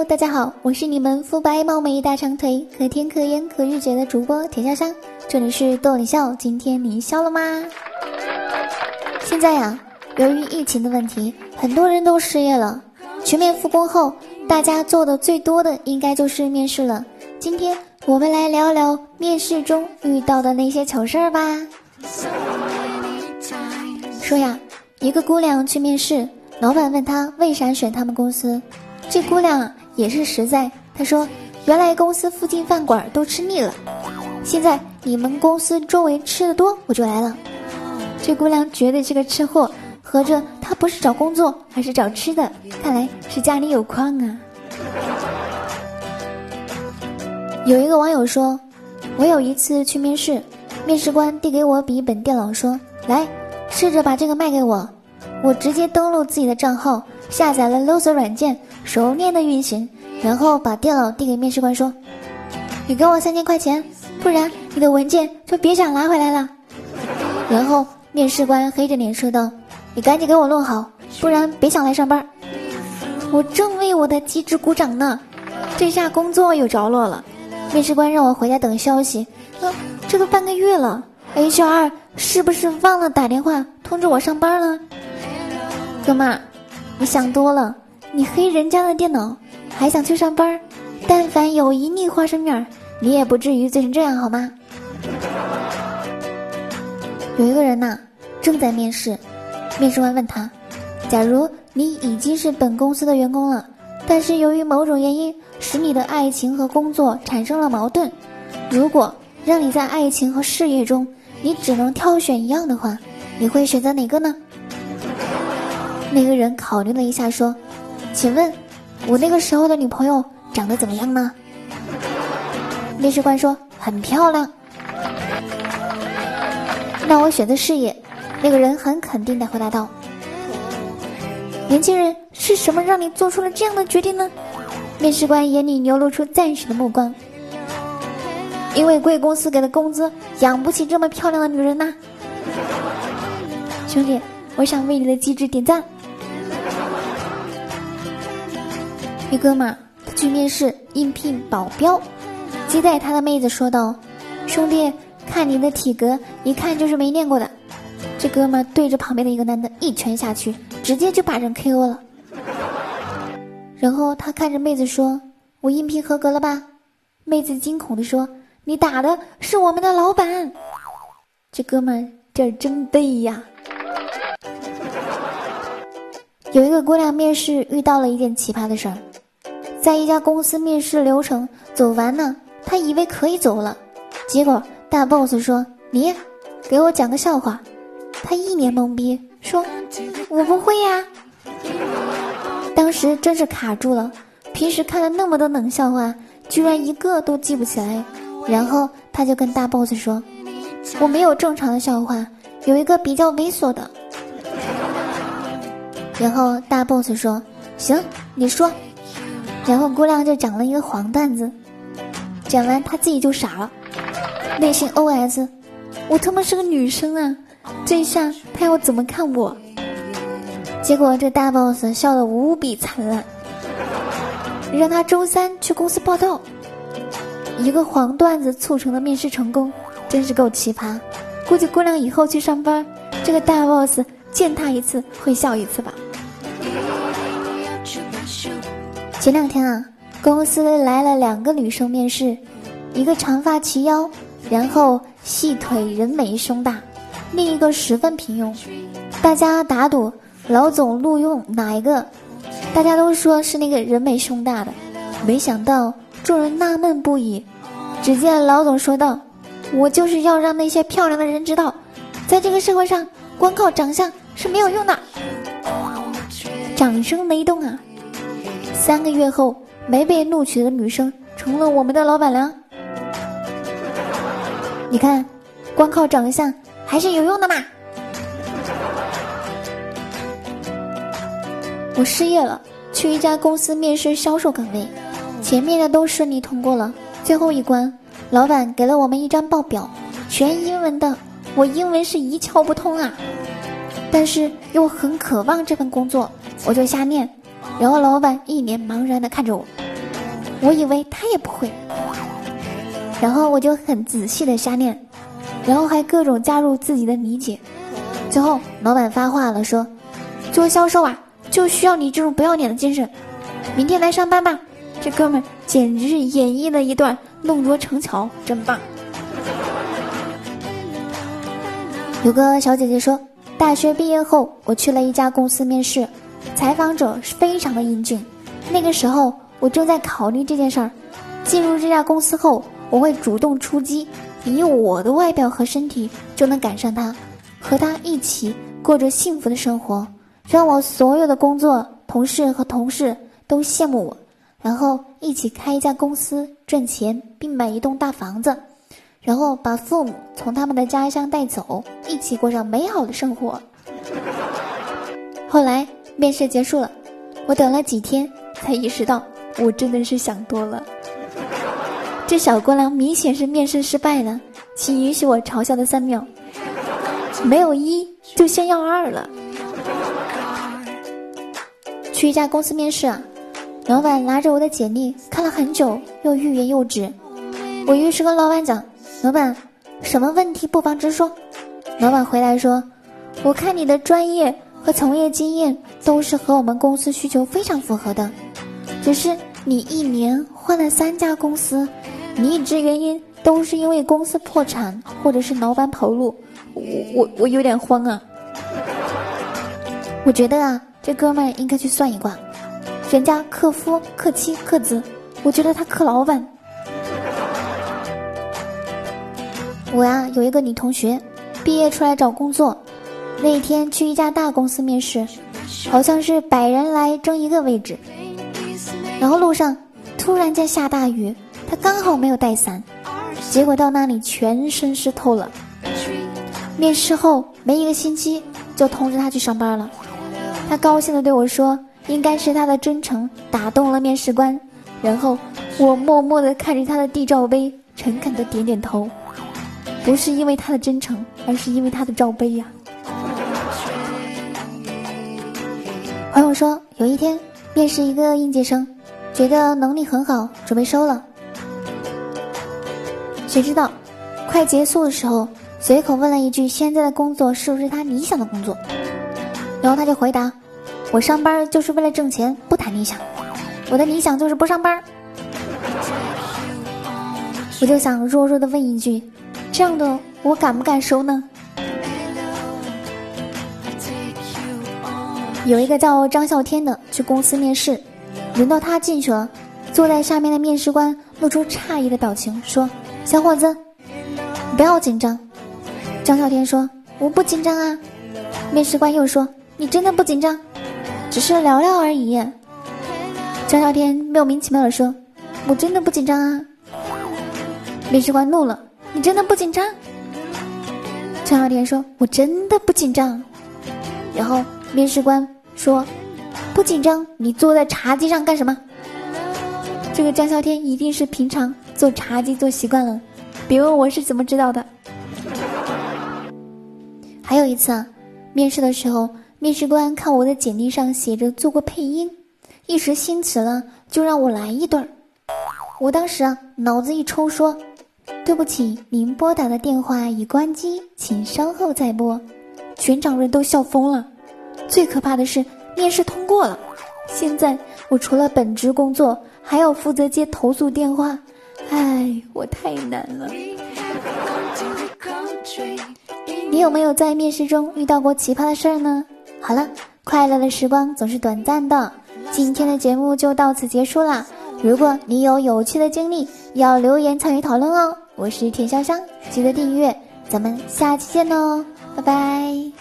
大家好，我是你们肤白貌美大长腿可甜可盐可御姐的主播田香香，这里是逗你笑，今天你笑了吗？现在呀，由于疫情的问题，很多人都失业了。全面复工后，大家做的最多的应该就是面试了。今天我们来聊聊面试中遇到的那些糗事儿吧。说呀，一个姑娘去面试，老板问她为啥选他们公司。这姑娘也是实在，她说原来公司附近饭馆都吃腻了，现在你们公司周围吃的多，我就来了。这姑娘绝对是个吃货，合着她不是找工作，而是找吃的，看来是家里有矿啊。有一个网友说，我有一次去面试，面试官递给我笔记本电脑说，来试着把这个卖给我。我直接登录自己的账号，下载了 Loser 软件，熟练的运行，然后把电脑递给面试官说，你给我3000块钱，不然你的文件就别想拿回来了。然后面试官黑着脸说道，你赶紧给我弄好，不然别想来上班。我正为我的机智鼓掌呢，这下工作有着落了。面试官让我回家等消息，这都半个月了， HR 是不是忘了打电话通知我上班了？哥们儿，你想多了，你黑人家的电脑还想去上班，但凡有一粒花生面，你也不至于醉成这样好吗？有一个人呐，正在面试，面试官问他，假如你已经是本公司的员工了，但是由于某种原因使你的爱情和工作产生了矛盾，如果让你在爱情和事业中你只能挑选一样的话，你会选择哪个呢？那个人考虑了一下说，请问我那个时候的女朋友长得怎么样呢？面试官说，很漂亮。那我选择事业。那个人很肯定地回答道，年轻人，是什么让你做出了这样的决定呢？面试官眼里流露出赞许的目光，因为贵公司给的工资养不起这么漂亮的女人呐。兄弟，我想为你的机智点赞。一哥们儿去面试应聘保镖，接待他的妹子说道，兄弟，看你的体格一看就是没练过的。这哥们儿对着旁边的一个男的一拳下去，直接就把人 KO 了。然后他看着妹子说，我应聘合格了吧？妹子惊恐地说，你打的是我们的老板。这哥们儿这儿真背呀。有一个姑娘面试遇到了一件奇葩的事儿，在一家公司面试流程走完呢，她以为可以走了，结果大 boss 说，你给我讲个笑话。她一脸懵逼说，我不会呀。当时真是卡住了，平时看了那么多冷笑话，居然一个都记不起来。然后他就跟大 boss 说，我没有正常的笑话，有一个比较猥琐的。然后大 boss 说，行，你说。然后姑娘就讲了一个黄段子，讲完她自己就傻了，内心 OS， 我他妈是个女生啊，这下她要怎么看我？结果这大 boss 笑得无比灿烂，让他周3去公司报道。一个黄段子促成了面试成功，真是够奇葩。估计姑娘以后去上班，这个大 boss 见他一次会笑一次吧。前2天啊，公司来了2个女生面试，一个长发齐腰，然后细腿人美胸大，另一个十分平庸。大家打赌老总录用哪一个，大家都说是那个人美胸大的，没想到众人纳闷不已。只见老总说道，我就是要让那些漂亮的人知道，在这个社会上光靠长相是没有用的。掌声雷动啊！3个月后，没被录取的女生成了我们的老板娘。你看，光靠长相还是有用的嘛。我失业了，去一家公司面试销售岗位，前面的都顺利通过了，最后一关，老板给了我们一张报表，全英文的，我英文是一窍不通啊，但是又很渴望这份工作，我就瞎念，然后老板一脸茫然地看着我， 我以为他也不会。然后我就很仔细的瞎念，然后还各种加入自己的理解。最后老板发话了，说做销售啊就需要你这种不要脸的精神，明天来上班吧。这哥们简直是演绎了一段弄拙成巧，真棒。有个小姐姐说，大学毕业后我去了一家公司面试，采访者非常的英俊。那个时候我正在考虑这件事儿，进入这家公司后我会主动出击，以我的外表和身体就能赶上他，和他一起过着幸福的生活，让我所有的工作同事和同事都羡慕我，然后一起开一家公司赚钱，并买一栋大房子，然后把父母从他们的家乡带走，一起过上美好的生活。后来面试结束了，我等了几天才意识到我真的是想多了。这小姑娘明显是面试失败了，请允许我嘲笑的3秒，没有1就先要2了。去一家公司面试啊，老板拿着我的简历看了很久，又欲言又止。我于是跟老板讲，老板什么问题不妨直说。老板回来说，我看你的专业和从业经验都是和我们公司需求非常符合的，只是你1年换了3家公司，离职原因都是因为公司破产或者是老板跑路。我有点慌啊。我觉得啊，这哥们应该去算一卦，人家克夫克妻克子，我觉得他克老板。我呀有一个女同学，毕业出来找工作，那一天去一家大公司面试，好像是100人来争一个位置，然后路上突然间下大雨，她刚好没有带伞，结果到那里全身湿透了。面试后没1个星期就通知她去上班了。她高兴地对我说，应该是她的真诚打动了面试官，然后我默默地看着她的地罩杯，诚恳地点点头。不是因为她的真诚，而是因为她的罩杯呀。朋友说，有一天面试一个应届生，觉得能力很好，准备收了。谁知道快结束的时候，随口问了一句现在的工作是不是他理想的工作，然后他就回答，我上班就是为了挣钱，不谈理想，我的理想就是不上班。我就想弱弱的问一句，这样的我敢不敢收呢？有一个叫张啸天的去公司面试，轮到他进去了，坐在下面的面试官露出诧异的表情，说，小伙子不要紧张。张啸天说，我不紧张啊。面试官又说，你真的不紧张？只是聊聊而已。张啸天莫名其妙地说，我真的不紧张啊。面试官怒了，你真的不紧张？张啸天说，我真的不紧张。然后面试官说，不紧张你坐在茶几上干什么？这个张啸天一定是平常坐茶几坐习惯了，别问我是怎么知道的。还有一次啊，面试的时候，面试官看我的简历上写着做过配音，一时兴起了，就让我来一段。我当时啊脑子一抽说，对不起，您拨打的电话已关机，请稍后再拨。全场人都笑疯了。最可怕的是面试通过了，现在我除了本职工作还要负责接投诉电话，唉，我太难了。你有没有在面试中遇到过奇葩的事儿呢？好了，快乐的时光总是短暂的，今天的节目就到此结束啦。如果你有有趣的经历，要留言参与讨论哦。我是田潇湘，记得订阅，咱们下期见哦，拜拜。